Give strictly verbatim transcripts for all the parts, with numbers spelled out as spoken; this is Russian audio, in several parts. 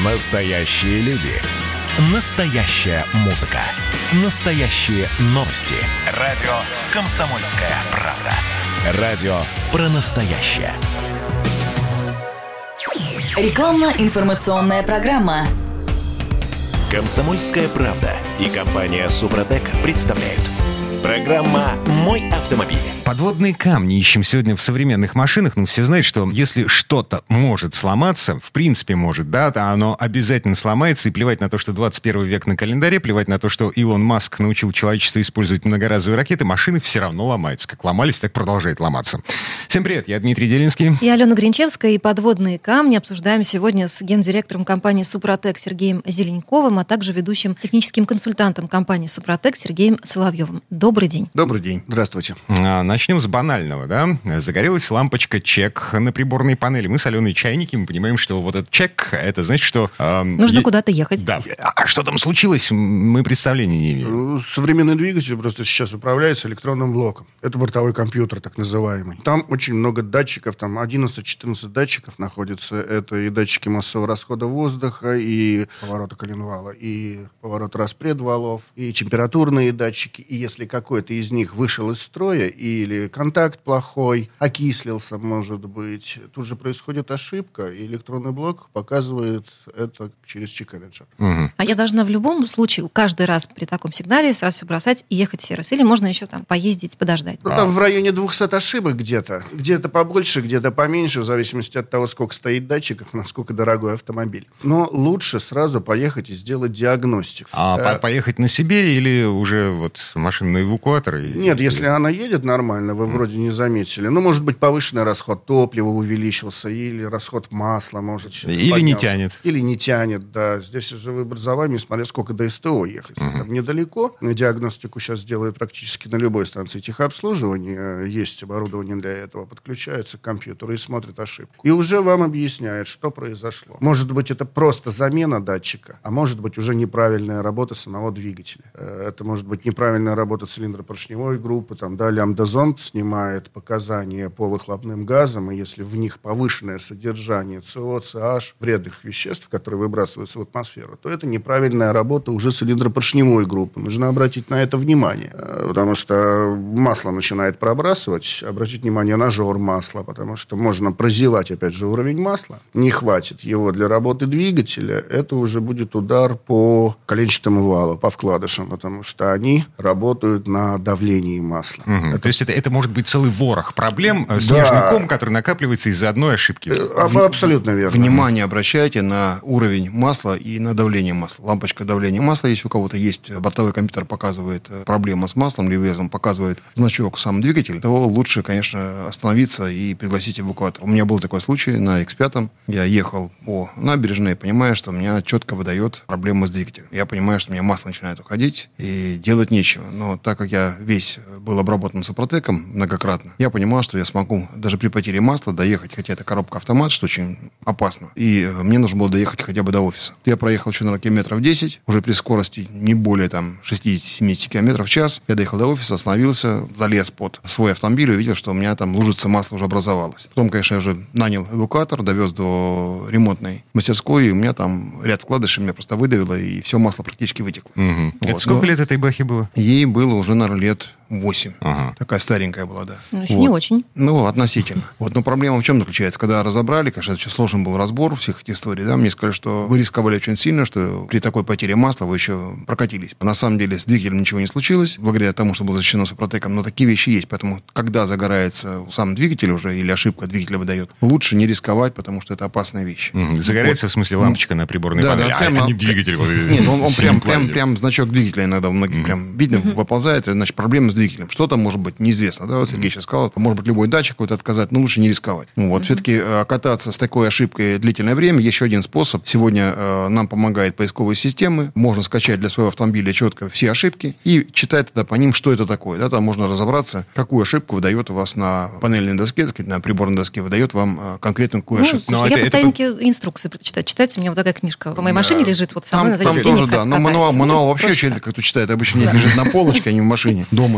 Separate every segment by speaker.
Speaker 1: Настоящие люди. Настоящая музыка. Настоящие новости. Радио «Комсомольская правда». Радио про настоящее.
Speaker 2: Рекламно-информационная программа.
Speaker 1: «Комсомольская правда» и компания «Супротек» представляют. Программа «Мой автомобиль».
Speaker 3: Подводные камни ищем сегодня в современных машинах. Ну, все знают, что если что-то может сломаться, в принципе может, да, то оно обязательно сломается. И плевать на то, что двадцать первый век на календаре, плевать на то, что Илон Маск научил человечество использовать многоразовые ракеты, машины все равно ломаются. Как ломались, так продолжают ломаться. Всем привет, я Дмитрий Делинский.
Speaker 4: Я Алена Гринчевская, и подводные камни обсуждаем сегодня с гендиректором компании «Супротек» Сергеем Зеленковым, а также ведущим техническим консультантом компании «Супротек» Сергеем Соловьевым. Добрый день.
Speaker 5: Добрый день. Здравствуйте.
Speaker 3: А, начнем с банального, да? Загорелась лампочка чек на приборной панели. Мы с Аленой чайники, мы понимаем, что вот этот чек, это значит, что... Э,
Speaker 4: Нужно е- куда-то ехать.
Speaker 3: Да. А что там случилось? Мы представления не имеем.
Speaker 5: Современный двигатель просто сейчас управляется электронным блоком. Это бортовой компьютер, так называемый. Там очень много датчиков, там одиннадцать-четырнадцать датчиков находится. Это и датчики массового расхода воздуха, и поворота коленвала, и поворота распред валов, и температурные датчики. И если какой-то из них вышел из строя, или контакт плохой, окислился, может быть, тут же происходит ошибка, и электронный блок показывает это через чек-менеджер.
Speaker 3: Угу.
Speaker 4: А я должна в любом случае каждый раз при таком сигнале сразу все бросать и ехать в сервис? Или можно еще там поездить, подождать?
Speaker 5: Ну, там в районе двухсот ошибок где-то. Где-то побольше, где-то поменьше, в зависимости от того, сколько стоит датчиков, насколько дорогой автомобиль. Но лучше сразу поехать и сделать диагностику.
Speaker 3: А
Speaker 5: э-
Speaker 3: по- поехать на себе или уже вот машина на эвакуатор? И...
Speaker 5: Нет, если она едет нормально, вы вроде не заметили. Ну, может быть, повышенный расход топлива увеличился, или расход масла, может,
Speaker 3: Или
Speaker 5: поднялся.
Speaker 3: не тянет.
Speaker 5: Или не тянет, да. Здесь уже выбор за вами, смотря сколько до СТО ехать. Uh-huh. Там недалеко. Диагностику сейчас делают практически на любой станции техобслуживания. Есть оборудование для этого. Подключается к компьютеру и смотрит ошибку. И уже вам объясняет, что произошло. Может быть, это просто замена датчика, а может быть, уже неправильная работа самого двигателя. Это может быть неправильная работа цилиндропоршневой группы, там, да, лямбда-зонд снимает показания по выхлопным газам, и если в них повышенное содержание СО, ЦH, вредных веществ, которые выбрасываются в атмосферу, то это неправильная работа уже цилиндропоршневой группы. Нужно обратить на это внимание, потому что масло начинает пробрасывать. Обратить внимание на жор масла, потому что можно прозевать, опять же, уровень масла. Не хватит его для работы двигателя. Это уже будет удар по коленчатому валу, по вкладышам, потому что они работают на давлении масла.
Speaker 3: Угу.
Speaker 5: Это...
Speaker 3: То есть это, это может быть целый ворох проблем,
Speaker 5: Да.
Speaker 3: снежный ком, который накапливается из-за одной ошибки.
Speaker 5: А, абсолютно верно.
Speaker 6: Внимание обращайте на уровень масла и на давление масла. Лампочка давления масла, если у кого-то есть, бортовой компьютер показывает проблема с маслом, ревизом показывает значок сам двигатель, то лучше, конечно, остановиться и пригласить эвакуатор. У меня был такой случай на икс пять. Я ехал по набережной, понимая, что у меня четко выдает проблема с двигателем. Я понимаю, что у меня масло начинает уходить, и делать нечего. Но так как я весь был обработан Супротеком многократно, я понимал, что я смогу даже при потере масла доехать, хотя это коробка-автомат, что очень опасно. И мне нужно было доехать хотя бы до офиса. Я проехал еще на километров десять, уже при скорости не более там шестьдесят-семьдесят километров в час. Я доехал до офиса, остановился, залез под свой автомобиль и увидел, что у меня там лужица масла уже образовалась. Потом, конечно, я уже нанял эвакуатор, довез до ремонтной мастерской, и у меня там ряд вкладышей меня просто выдавило, и все масло практически вытекло.
Speaker 3: Угу.
Speaker 6: Вот.
Speaker 3: Это сколько
Speaker 6: Но
Speaker 3: лет этой бахе было?
Speaker 6: ей было уже, наверное, лет восемь.
Speaker 3: Ага.
Speaker 6: Такая старенькая была, да.
Speaker 4: Ну, еще
Speaker 6: Вот.
Speaker 4: не очень.
Speaker 6: Ну, относительно. Вот, но проблема в чем заключается? Когда разобрали, конечно, это очень сложный был разбор всех этих историй, да, мне сказали, что вы рисковали очень сильно, что при такой потере масла вы еще прокатились. На самом деле с двигателем ничего не случилось, благодаря тому, что было защищено Супротеком, но такие вещи есть, поэтому, когда загорается сам двигатель уже, или ошибка двигателя выдает, лучше не рисковать, потому что это опасная вещь.
Speaker 3: Угу. Загорается,
Speaker 6: вот.
Speaker 3: в смысле, лампочка на приборной
Speaker 6: Да,
Speaker 3: панели,
Speaker 6: да,
Speaker 3: а
Speaker 6: прямо-
Speaker 3: это не двигатель.
Speaker 6: Нет, он, он прям,
Speaker 3: Синим
Speaker 6: прям, прям значок двигателя иногда у многих прям видно, выползает, значит, проблема с двигателем. Что там может быть, неизвестно. Да? Вот Сергей сейчас сказал, может быть, любой датчик какой-то отказать, но лучше не рисковать. Ну, вот. Все-таки э, кататься с такой ошибкой длительное время. Еще один способ. Сегодня э, нам помогает поисковые системы. Можно скачать для своего автомобиля четко все ошибки и читать тогда по ним, что это такое. Да? Там можно разобраться, какую ошибку выдает у вас на панельной доске, так сказать, на приборной доске, выдает вам э, конкретную какую
Speaker 4: Ну,
Speaker 6: ошибку.
Speaker 4: слушай,
Speaker 3: Но
Speaker 4: я
Speaker 3: это-
Speaker 4: по
Speaker 3: это-
Speaker 4: старинке инструкции предпочитаю читать. У меня вот такая книжка в моей машине лежит, вот со мной
Speaker 6: Там,
Speaker 4: на
Speaker 6: там
Speaker 4: заднем
Speaker 6: тоже,
Speaker 4: сиденье
Speaker 6: да. Но
Speaker 4: катается.
Speaker 6: мануал, мануал
Speaker 4: Ну,
Speaker 6: вообще
Speaker 4: проще
Speaker 6: человек
Speaker 4: так.
Speaker 6: как-то читает. Обычно нет, лежит на полочке, а не в машине дома. И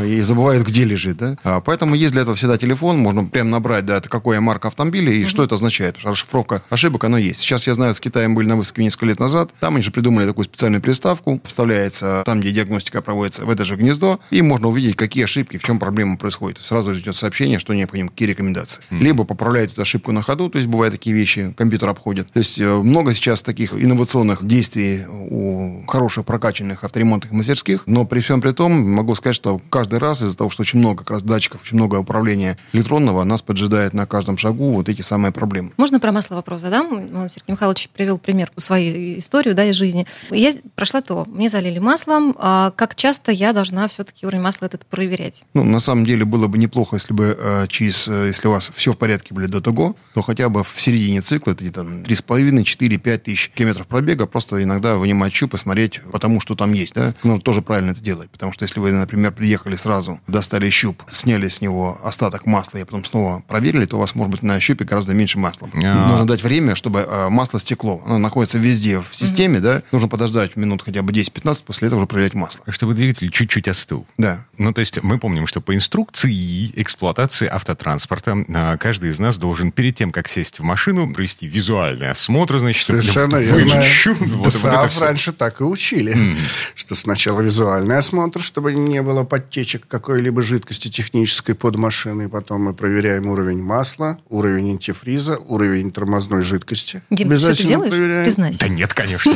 Speaker 6: и забывают, где лежит, да. А, поэтому есть для этого всегда телефон, можно прям набрать, да, это какая марка автомобиля и mm-hmm. что это означает. Потому что расшифровка ошибок, она есть. Сейчас, я знаю, в Китае мы были на выставке несколько лет назад, там они же придумали такую специальную приставку, вставляется там, где диагностика проводится, в это же гнездо, и можно увидеть, какие ошибки, в чем проблема происходит. Сразу идет сообщение, что необходимо, какие рекомендации. Mm-hmm. Либо поправляют эту ошибку на ходу, то есть бывают такие вещи, компьютер обходит. То есть много сейчас таких инновационных действий у хороших прокачанных авторемонтных мастерских, но при всем при том могу сказать, что каждый раз из-за того, что очень много как раз датчиков, очень много управления электронного, нас поджидает на каждом шагу вот эти самые проблемы.
Speaker 4: Можно про масло вопрос задам? Сергей Михайлович привел пример, свою историю, да, из жизни. Я прошла ТО, мне залили маслом. А как часто я должна все-таки уровень масла этот проверять?
Speaker 6: Ну, на самом деле, было бы неплохо, если бы э, через, э, если у вас все в порядке были до того, то хотя бы в середине цикла, это где-то три с половиной, четыре, пять тысяч километров пробега, просто иногда вынимать щуп и смотреть по тому, что там есть, да. Ну, тоже правильно это делать, потому что если вы, например, приехали сразу, достали щуп, сняли с него остаток масла и потом снова проверили, то у вас может быть на щупе гораздо меньше масла. А-а-а. Нужно дать время, чтобы э, масло стекло. Оно находится везде в системе, mm-hmm. да. Нужно подождать минут хотя бы десять-пятнадцать, после этого уже проверять масло.
Speaker 3: Чтобы двигатель чуть-чуть остыл.
Speaker 6: Да.
Speaker 3: Ну, то есть мы помним, что по инструкции эксплуатации автотранспорта каждый из нас должен перед тем, как сесть в машину, провести визуальный осмотр, значит,
Speaker 5: совершенно верно. Вот, вот раньше так и учили, mm. что сначала визуальный осмотр, чтобы не было подтечек какой-либо жидкости технической под машиной, потом мы проверяем уровень масла, уровень антифриза, уровень тормозной жидкости.
Speaker 4: Дим, ты все это делаешь?
Speaker 5: Проверяем.
Speaker 4: Признайся.
Speaker 3: Да нет, конечно.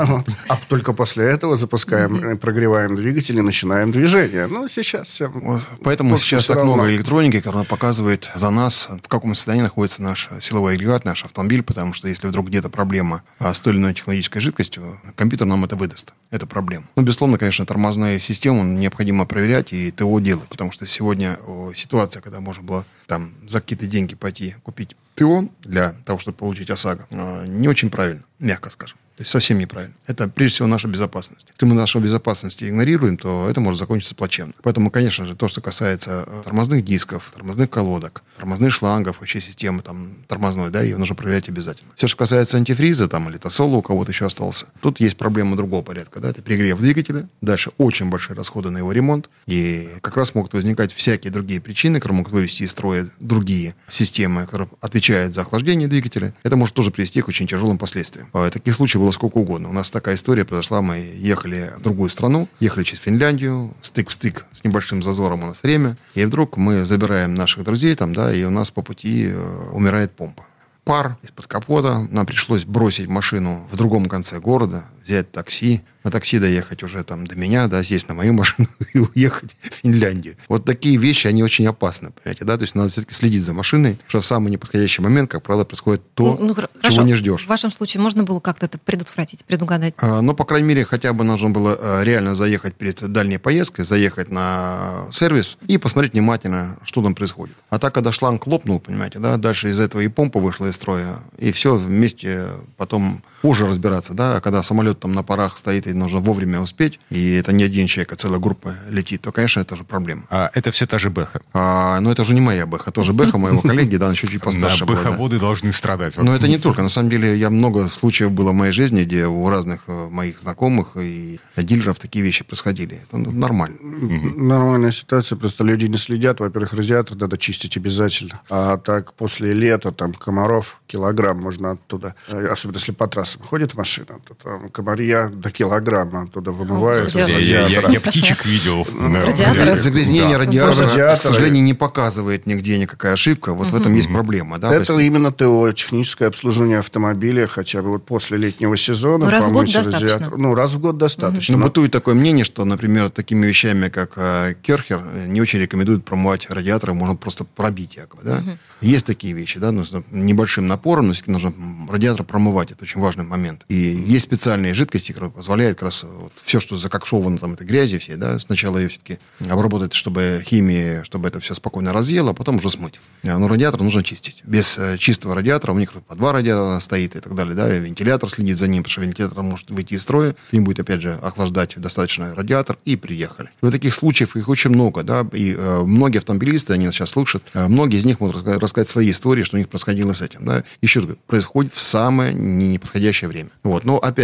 Speaker 5: А только после этого запускаем, прогреваем двигатель и начинаем движение. Ну, сейчас все.
Speaker 6: Поэтому сейчас так много электроники, которая показывает за нас, в каком состоянии находится наш силовой агрегат, наш автомобиль, потому что если вдруг где-то проблема с той или иной технологической жидкостью, компьютер нам это выдаст. Это проблема. Ну, безусловно, конечно, тормозную систему необходимо проверять и ТО делать, потому что сегодня ситуация, когда можно было там за какие-то деньги пойти купить ТО для того, чтобы получить ОСАГО, не очень правильно, мягко скажем. То есть совсем неправильно. Это, прежде всего, наша безопасность. Если мы нашу безопасность игнорируем, то это может закончиться плачевно. Поэтому, конечно же, то, что касается тормозных дисков, тормозных колодок, тормозных шлангов, вообще системы там, тормозной, да, ее нужно проверять обязательно. Все, что касается антифриза там, или тосола у кого-то еще остался, тут есть проблема другого порядка. Да? Это перегрев двигателя, дальше очень большие расходы на его ремонт, и как раз могут возникать всякие другие причины, которые могут вывести из строя другие системы, которые отвечают за охлаждение двигателя. Это может тоже привести к очень тяжелым последствиям. Таких случаев было сколько угодно. У нас такая история произошла. Мы ехали в другую страну, ехали через Финляндию, стык в стык, с небольшим зазором у нас время. И вдруг мы забираем наших друзей там, да, и у нас по пути э, умирает помпа. Пар из-под капота. Нам пришлось бросить машину в другом конце города, взять такси, на такси доехать уже там до меня, да, сесть на мою машину и уехать в Финляндию. Вот такие вещи, они очень опасны, понимаете, да, то есть надо все-таки следить за машиной, потому что в самый неподходящий момент, как правило, происходит то, ну, ну, чего хорошо. Не ждешь.
Speaker 4: В вашем случае можно было как-то это предотвратить, предугадать?
Speaker 6: А, ну, по крайней мере, хотя бы нужно было а, реально заехать перед дальней поездкой, заехать на сервис и посмотреть внимательно, что там происходит. А так, когда шланг лопнул, понимаете, да, дальше из этого и помпа вышла из строя, и все вместе потом позже разбираться, да, а когда самолет там на парах стоит, и нужно вовремя успеть, и это не один человек, а целая группа летит, то, конечно, это же проблема.
Speaker 3: А это все та же Бэха?
Speaker 6: А, ну, это уже не моя Бэха, тоже Бэха моего коллеги, да, она чуть-чуть постарше была.
Speaker 3: Бэховоды должны страдать.
Speaker 6: Но это не только. На самом деле, я много случаев было в моей жизни, где у разных моих знакомых и дилеров такие вещи происходили. Это нормально.
Speaker 5: Нормальная ситуация, просто люди не следят. Во-первых, радиатор надо чистить обязательно. А так, после лета, там, комаров, килограмм можно оттуда, особенно если по трассам ходит машина, то там комарья до килограмма оттуда вымывают.
Speaker 3: Я, я, я, я птичек видел.
Speaker 6: Загрязнение радиатора, к сожалению, не показывает нигде никакая ошибка. Вот в этом есть проблема. Да?
Speaker 5: Это именно ТО, техническое обслуживание автомобиля, хотя бы вот после летнего сезона.
Speaker 4: Ну, раз в год достаточно.
Speaker 5: Ну, раз в год достаточно.
Speaker 6: Но бытует такое мнение, что, например, такими вещами, как э, керхер, не очень рекомендуют промывать радиаторы, можно просто пробить якобы. Да? Угу. Есть такие вещи, да, нужно небольшим напором, но все-таки нужно радиатор промывать, это очень важный момент. И есть специальные жидкости, которые позволяют как раз вот, все, что закоксовано там, этой грязи всей, да, сначала ее все-таки обработать, чтобы химия, чтобы это все спокойно разъело, а потом уже смыть. Но радиатор нужно чистить. Без э, чистого радиатора, у них по два радиатора стоит и так далее, да, и вентилятор следит за ним, потому что вентилятор может выйти из строя, им будет, опять же, охлаждать достаточно радиатор, и приехали. И вот таких случаев их очень много, да, и э, многие автомобилисты, они сейчас слышат, э, многие из них могут рассказать, рассказать свои истории, что у них происходило с этим, да. Еще раз говорю, происходит в самое неподходящее время. Вот. Но, опять же, вот такие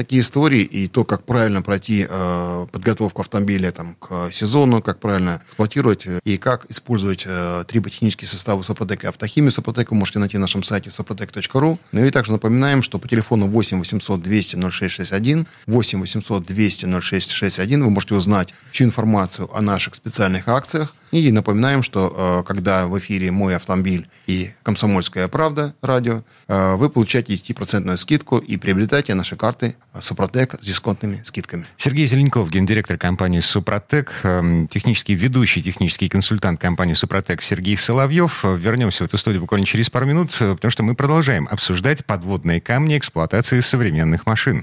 Speaker 6: такие истории и то, как правильно пройти э, подготовку автомобиля там, к сезону, как правильно эксплуатировать и как использовать э, триботехнические составы Супротек и автохимию Супротек, вы можете найти на нашем сайте супротек точка ру. Ну и также напоминаем, что по телефону восемь восемьсот двести ноль шесть шесть один, восемь восемьсот двести ноль шесть шесть один вы можете узнать всю информацию о наших специальных акциях. И напоминаем, что э, когда в эфире «Мой автомобиль» и «Комсомольская правда» радио, э, вы получаете десять процентов скидку и приобретаете наши карты Супротек с дисконтными скидками.
Speaker 3: Сергей Зеленков, гендиректор компании «Супротек», э, технический ведущий, технический консультант компании «Супротек» Сергей Соловьев. Вернемся в эту студию буквально через пару минут, потому что мы продолжаем обсуждать подводные камни эксплуатации современных машин.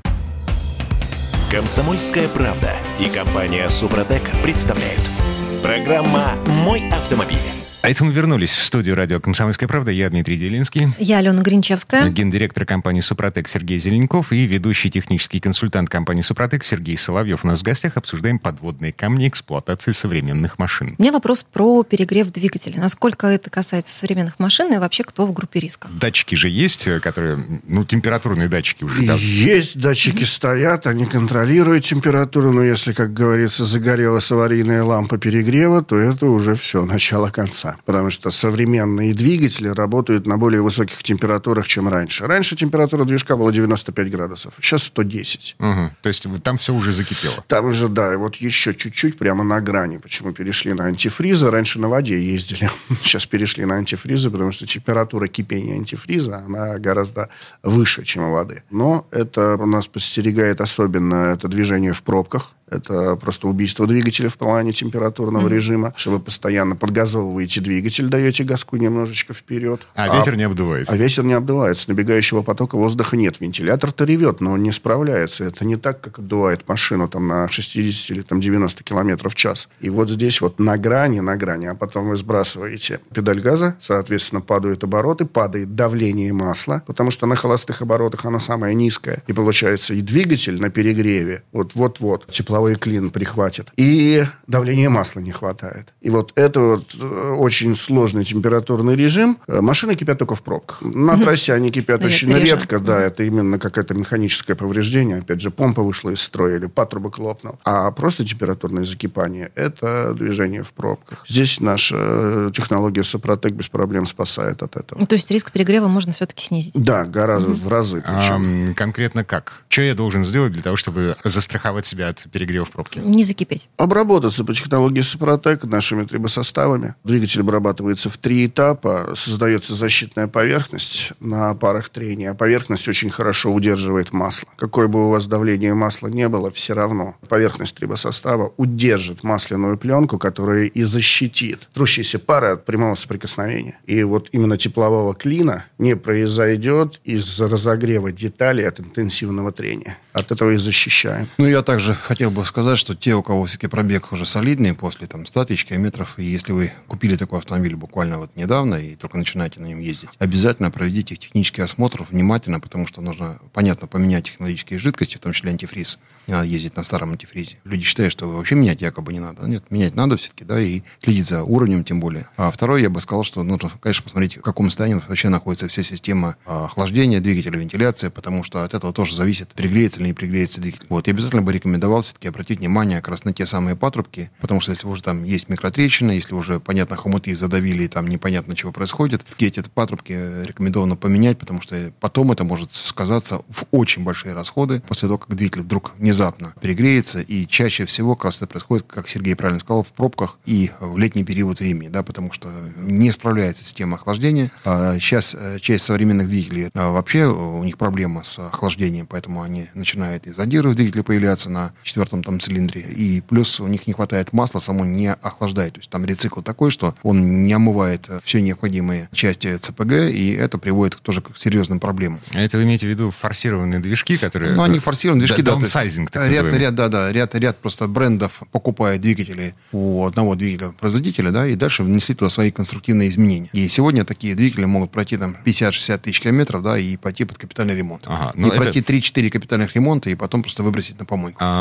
Speaker 1: «Комсомольская правда» и компания «Супротек» представляют. Программа «Мой автомобиль».
Speaker 3: А это мы вернулись в студию радио «Комсомольская правда». Я Дмитрий Делинский.
Speaker 4: Я Алена Гринчевская.
Speaker 3: Гендиректор компании «Супротек» Сергей Зеленков и ведущий технический консультант компании «Супротек» Сергей Соловьев. У нас в гостях обсуждаем подводные камни эксплуатации современных машин.
Speaker 4: У меня вопрос про перегрев двигателя. Насколько это касается современных машин и вообще кто в группе риска?
Speaker 3: Датчики же есть, которые, ну, температурные датчики уже. Да?
Speaker 5: Есть, датчики стоят, они контролируют температуру, но если, как говорится, загорелась аварийная лампа перегрева, то это уже все, начало конца. Потому что современные двигатели работают на более высоких температурах, чем раньше. Раньше температура движка была девяносто пять градусов, сейчас сто десять.
Speaker 3: Угу. То есть там все уже закипело.
Speaker 5: Там уже, да, и вот еще чуть-чуть прямо на грани. Почему перешли на антифризы? Раньше на воде ездили, сейчас перешли на антифризы, потому что температура кипения антифриза, она гораздо выше, чем у воды. Но это у нас подстерегает особенно это движение в пробках. Это просто убийство двигателя в плане температурного mm-hmm. режима, что вы постоянно подгазовываете двигатель, даете газку немножечко вперед.
Speaker 3: А, а ветер не обдувает.
Speaker 5: А ветер не обдувает. С набегающего потока воздуха нет. Вентилятор-то ревет, но он не справляется. Это не так, как обдувает машину там, на шестьдесят или там, девяносто километров в час. И вот здесь вот на грани, на грани, а потом вы сбрасываете педаль газа, соответственно, падают обороты, падает давление масла, потому что на холостых оборотах оно самое низкое. И получается и двигатель на перегреве, вот-вот-вот, тепло клин прихватит. И давления масла не хватает. И вот это вот очень сложный температурный режим. Машины кипят только в пробках. На mm-hmm. трассе они кипят Нет, очень реже. редко. Да, mm-hmm. это именно какое-то механическое повреждение. Опять же, помпа вышла из строя или патрубок лопнул. А просто температурное закипание – это движение в пробках. Здесь наша технология Супротек без проблем спасает от этого.
Speaker 4: Ну, то есть риск перегрева можно все-таки снизить?
Speaker 5: Да, гораздо mm-hmm. в разы.
Speaker 3: А, конкретно как? Что я должен сделать для того, чтобы застраховать себя от перегрева в пробке?
Speaker 4: Не закипеть.
Speaker 5: Обработаться по технологии Супротек нашими трибосоставами. Двигатель обрабатывается в три этапа. Создается защитная поверхность на парах трения. А поверхность очень хорошо удерживает масло. Какое бы у вас давление масла не было, все равно поверхность трибосостава удержит масляную пленку, которая и защитит трущиеся пары от прямого соприкосновения. И вот именно теплового клина не произойдет из-за разогрева деталей от интенсивного трения. От этого и защищаем.
Speaker 6: Ну, я также хотел бы сказать, что те, у кого все-таки пробег уже солидный, после там, ста тысяч километров, и если вы купили такой автомобиль буквально вот недавно и только начинаете на нем ездить, обязательно проведите технический осмотр внимательно, потому что нужно, понятно, поменять технологические жидкости, в том числе антифриз. Не надо ездить на старом антифризе. Люди считают, что вообще менять якобы не надо. Нет, менять надо все-таки, да, и следить за уровнем тем более. А второе, я бы сказал, что нужно, конечно, посмотреть, в каком состоянии вообще находится вся система охлаждения двигателя, вентиляции, потому что от этого тоже зависит, пригреется или не пригреется двигатель. Вот, я обязательно бы рекомендовал все-таки обратить внимание как раз на те самые патрубки, потому что если уже там есть микротрещины, если уже, понятно, хомуты задавили, и там непонятно, чего происходит, эти патрубки рекомендовано поменять, потому что потом это может сказаться в очень большие расходы после того, как двигатель вдруг внезапно перегреется, и чаще всего как раз это происходит, как Сергей правильно сказал, в пробках и в летний период времени, да, потому что не справляется система охлаждения. А сейчас часть современных двигателей вообще у них проблема с охлаждением, поэтому они начинают и задиры в двигателе появляться на четвертом там цилиндре, и плюс у них не хватает масла, само не охлаждает. То есть там рецикл такой, что он не омывает все необходимые части ЦПГ, и это приводит тоже к серьезным проблемам.
Speaker 3: А это вы имеете в виду форсированные движки, которые...
Speaker 6: Ну, они форсированные движки, да.
Speaker 3: Даунсайзинг, так
Speaker 6: ряд, ряд, да, да, ряд, ряд просто брендов покупает двигатели у одного двигателя-производителя, да, и дальше внесли туда свои конструктивные изменения. И сегодня такие двигатели могут пройти там пятьдесят-шестьдесят тысяч километров, да, и пойти под капитальный ремонт. Ага, и это... пройти три-четыре капитальных ремонта, и потом просто выбросить на помойку.
Speaker 3: А, ну,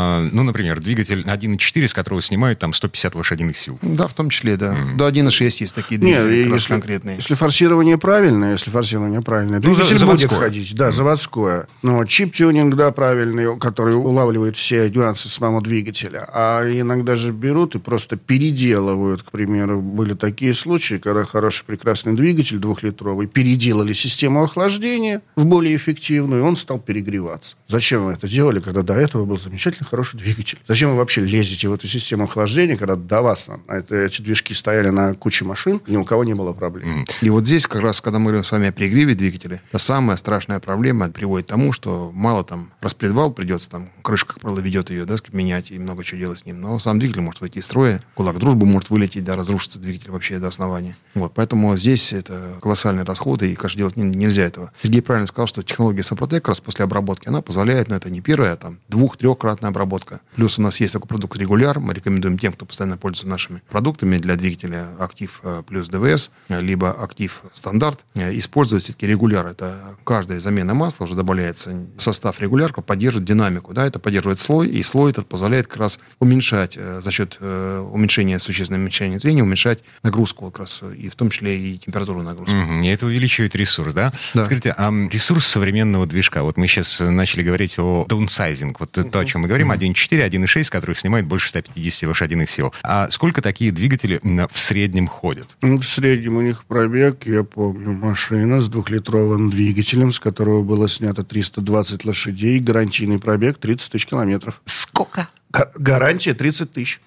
Speaker 3: например, двигатель один и четыре, с которого снимают там сто пятьдесят лошадиных сил.
Speaker 6: Да, в том числе, да. Mm. До один и шесть есть такие
Speaker 5: двигатели,
Speaker 6: двигатели,
Speaker 5: как
Speaker 6: раз
Speaker 5: если,
Speaker 6: конкретные.
Speaker 5: Если форсирование правильное, если форсирование правильное,
Speaker 3: ну,
Speaker 5: двигатель
Speaker 3: заводское.
Speaker 5: будет ходить. Да, mm. заводское. Но чип-тюнинг, да, правильный, который улавливает все нюансы самого двигателя. А иногда же берут и просто переделывают. К примеру, были такие случаи, когда хороший, прекрасный двигатель двухлитровый переделали систему охлаждения в более эффективную, и он стал перегреваться. Зачем вы это делали, когда до этого был замечательно хороший двигатель? Зачем вы вообще лезете в эту систему охлаждения, когда до вас на, на это, эти движки стояли на куче машин, ни у кого не было проблем?
Speaker 6: Mm. И вот здесь как раз, когда мы говорим с вами о перегреве двигателя, это самая страшная проблема приводит к тому, что мало там распредвал придется, там крышка, как правило, ведет ее, да, менять и много чего делать с ним. Но сам двигатель может выйти из строя, кулак дружбы может вылететь, да, разрушится двигатель вообще до основания. Вот, поэтому здесь это колоссальные расходы, и, конечно, делать нельзя этого. Сергей правильно сказал, что технология Супротек как раз после обработки, она позволяет, но это не первая, а там двух-трехкратная обработка. Плюс у нас есть такой продукт регуляр, мы рекомендуем тем, кто постоянно пользуется нашими продуктами для двигателя Актив плюс ДВС, либо Актив стандарт, использовать все-таки регуляр. Это каждая замена масла уже добавляется в состав регулярка, поддерживает динамику, да, это поддерживает слой, и слой этот позволяет как раз уменьшать за счет уменьшения, существенного уменьшения трения, уменьшать нагрузку как раз, и в том числе и температуру нагрузки.
Speaker 3: Mm-hmm. И это увеличивает ресурс, да?
Speaker 6: Да.
Speaker 3: Скажите, а ресурс современного движка, вот мы сейчас начали говорить о даунсайзинг, вот mm-hmm. то, о чем мы говорим, один и четыре, один и шесть, которые снимают больше ста пятидесяти лошадиных сил. А сколько такие двигатели в среднем ходят?
Speaker 5: Ну, в среднем у них пробег, я помню, машина с двухлитровым двигателем, с которого было снято триста двадцать лошадей, гарантийный пробег тридцать тысяч километров.
Speaker 3: Сколько?
Speaker 5: Гарантия тридцать тысяч.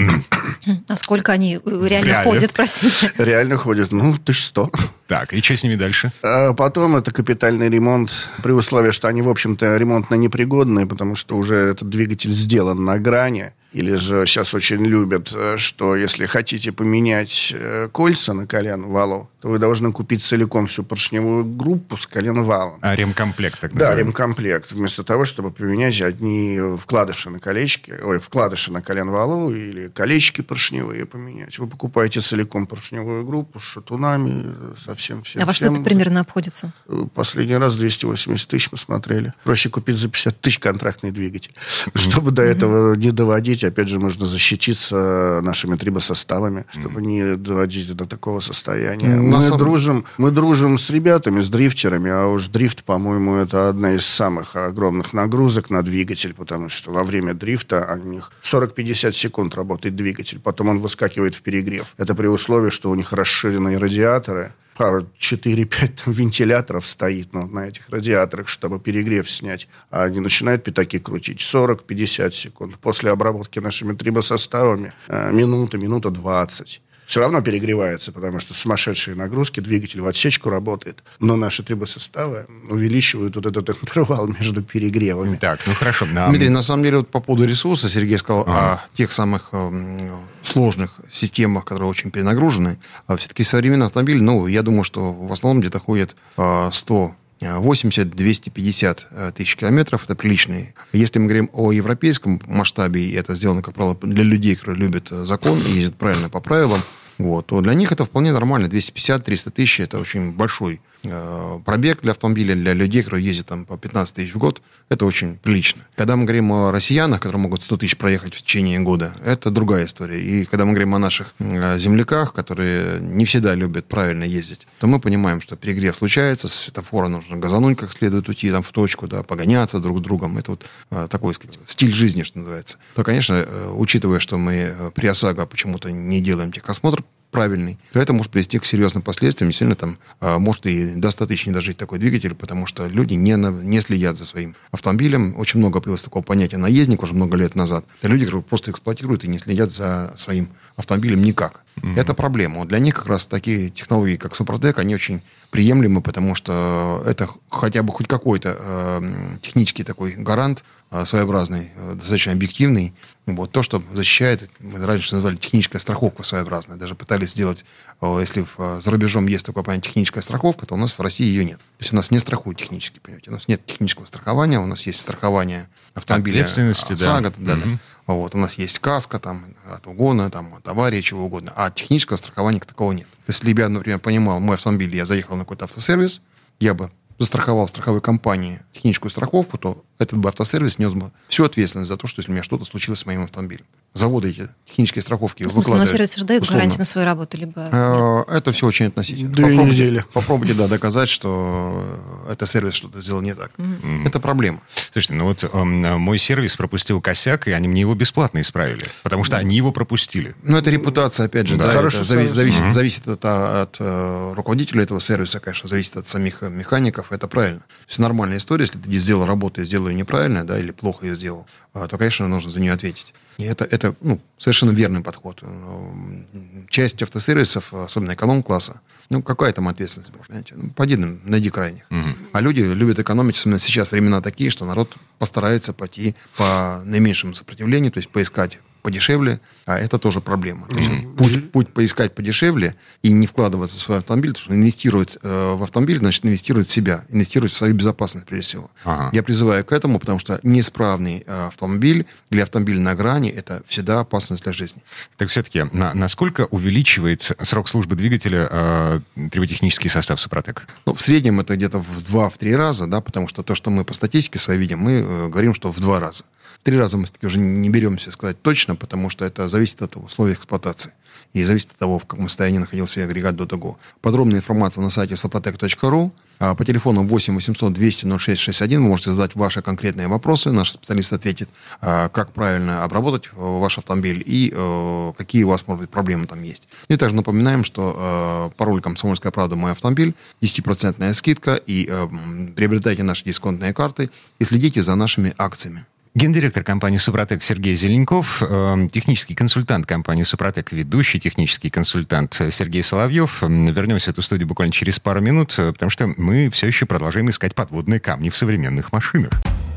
Speaker 4: А сколько они реально ходят, простите?
Speaker 5: Реально ходят, ну, тысяч сто.
Speaker 3: Так, и что с ними дальше?
Speaker 5: А потом это капитальный ремонт, при условии, что они, в общем-то, ремонтно непригодные, потому что уже этот двигатель сделан на грани. Или же сейчас очень любят, что если хотите поменять кольца на коленвалу, то вы должны купить целиком всю поршневую группу с коленвалом.
Speaker 3: А ремкомплект так
Speaker 5: Да,
Speaker 3: называемый?
Speaker 5: ремкомплект. Вместо того, чтобы поменять одни вкладыши на колечки, ой, вкладыши на коленвалу или колечки поршневые поменять. Вы покупаете целиком поршневую группу с шатунами, со всем всем.
Speaker 4: А во что это примерно обходится?
Speaker 5: Последний раз двести восемьдесят тысяч мы смотрели. Проще купить за пятьдесят тысяч контрактный двигатель. Чтобы до этого не доводить, опять же, нужно защититься нашими трибосоставами, чтобы не доводить до такого состояния. Мы дружим, мы дружим с ребятами, с дрифтерами, а уж дрифт, по-моему, это одна из самых огромных нагрузок на двигатель, потому что во время дрифта у них сорок-пятьдесят секунд работает двигатель, потом он выскакивает в перегрев. Это при условии, что у них расширенные радиаторы, четыре-пять вентиляторов стоит ну, на этих радиаторах, чтобы перегрев снять. А они начинают пятаки крутить сорок-пятьдесят секунд. После обработки нашими трибосоставами минута, минута двадцать. Все равно перегревается, потому что сумасшедшие нагрузки, двигатель в отсечку работает. Но наши трибосоставы увеличивают вот этот интервал между перегревами.
Speaker 3: Так, ну хорошо. Да.
Speaker 6: Дмитрий, на самом деле, вот по поводу ресурса, Сергей сказал ага. о тех самых э, сложных системах, которые очень перенагружены. А все-таки современные автомобили, ну, я думаю, что в основном где-то ходят э, сто восемьдесят - двести пятьдесят тысяч километров, это приличные. Если мы говорим о европейском масштабе, и это сделано, как правило, для людей, которые любят закон и ездят правильно по правилам, вот, то для них это вполне нормально. двести пятьдесят - триста тысяч – это очень большой э, пробег для автомобиля, для людей, которые ездят там, по пятнадцать тысяч в год. Это очень прилично. Когда мы говорим о россиянах, которые могут сто тысяч проехать в течение года, это другая история. И когда мы говорим о наших э, земляках, которые не всегда любят правильно ездить, то мы понимаем, что перегрев случается, с светофора нужно газануть как следует, уйти там, в точку, да, погоняться друг с другом. Это вот э, такой, сказать, стиль жизни, что называется. То, конечно, э, учитывая, что мы при ОСАГО почему-то не делаем техосмотр правильный, то это может привести к серьезным последствиям. Сильно там а, может и до ста тысяч не дожить такой двигатель, потому что люди не, на, не следят за своим автомобилем. Очень много появилось такого понятия наездник уже много лет назад. Это люди, которые просто эксплуатируют и не следят за своим автомобилем никак. Mm-hmm. Это проблема. Вот для них как раз такие технологии, как Супротек, они очень приемлемы, потому что это хотя бы хоть какой-то э, технический такой гарант, э, своеобразный, э, достаточно объективный. Вот то, что защищает, мы раньше назвали техническая страховка своеобразная. Даже пытались сделать, э, если в, э, за рубежом есть такое понятие техническая страховка, то у нас в России ее нет. То есть у нас не страхуют технически, понимаете. У нас нет технического страхования, у нас есть страхование автомобиля,
Speaker 3: ответственности,
Speaker 6: ОСАГО,
Speaker 3: да.
Speaker 6: далее. Mm-hmm. Вот, у нас есть каска там, от угона, там, от аварии, чего угодно. А технического страхования как такого нет. То есть, если бы я, например, понимал мой автомобиль, я заехал на какой-то автосервис, я бы застраховал в страховой компании техническую страховку, то этот бы автосервис нес бы всю ответственность за то, что если у меня что-то случилось с моим автомобилем. Заводы эти технические страховки
Speaker 4: в смысле, но сервисы же дают гарантию на свою работу, либо...
Speaker 6: Э, это все очень относительно.
Speaker 5: Две
Speaker 6: попробуйте,
Speaker 5: недели.
Speaker 6: Попробуйте, да, доказать, что это сервис что-то сделал не так. Mm-hmm. Это проблема.
Speaker 3: Слушайте, ну вот э, мой сервис пропустил косяк, и они мне его бесплатно исправили, потому что они его пропустили.
Speaker 6: Ну, это репутация, опять же, да,
Speaker 5: да
Speaker 6: это зависит, зависит,
Speaker 3: Mm-hmm.
Speaker 6: зависит от, от э, руководителя этого сервиса, конечно, зависит от самих механиков, это правильно. То есть нормальная история, если ты сделал работу и сделал ее неправильно, да, или плохо ее сделал, то, конечно, нужно за нее ответить. И это, это ну, совершенно верный подход. Часть автосервисов, особенно эконом-класса, ну, какая там ответственность? Понимаете? Ну, пойди, найди крайних. Угу. А люди любят экономить, особенно сейчас времена такие, что народ постарается пойти по наименьшему сопротивлению, то есть поискать подешевле, а это тоже проблема. То есть, mm-hmm. путь, путь поискать подешевле и не вкладываться в свой автомобиль, потому что инвестировать э, в автомобиль, значит, инвестировать в себя, инвестировать в свою безопасность, прежде всего. Ага. Я призываю к этому, потому что неисправный э, автомобиль или автомобиль на грани – это всегда опасность для жизни.
Speaker 3: Так все-таки, на, насколько увеличивает срок службы двигателя э, триботехнический состав Супротек?
Speaker 6: Ну, в среднем это где-то в два-три раза, да, потому что то, что мы по статистике своей видим, мы э, говорим, что в два раза. Три раза мы уже не беремся сказать точно, потому что это зависит от условий эксплуатации. И зависит от того, в каком состоянии находился агрегат до того. Подробная информация на сайте супротек точка ру. По телефону восемь восемьсот двести ноль шесть шестьдесят один вы можете задать ваши конкретные вопросы. Наш специалист ответит, как правильно обработать ваш автомобиль и какие у вас, может быть, проблемы там есть. И также напоминаем, что пароль «Комсомольская правда. Мой автомобиль», десять процентов скидка, и приобретайте наши дисконтные карты и следите за нашими акциями.
Speaker 3: Гендиректор компании «Супротек» Сергей Зеленков, э, технический консультант компании «Супротек», ведущий технический консультант Сергей Соловьев. Вернемся в эту студию буквально через пару минут, потому что мы все еще продолжаем искать подводные камни в современных машинах.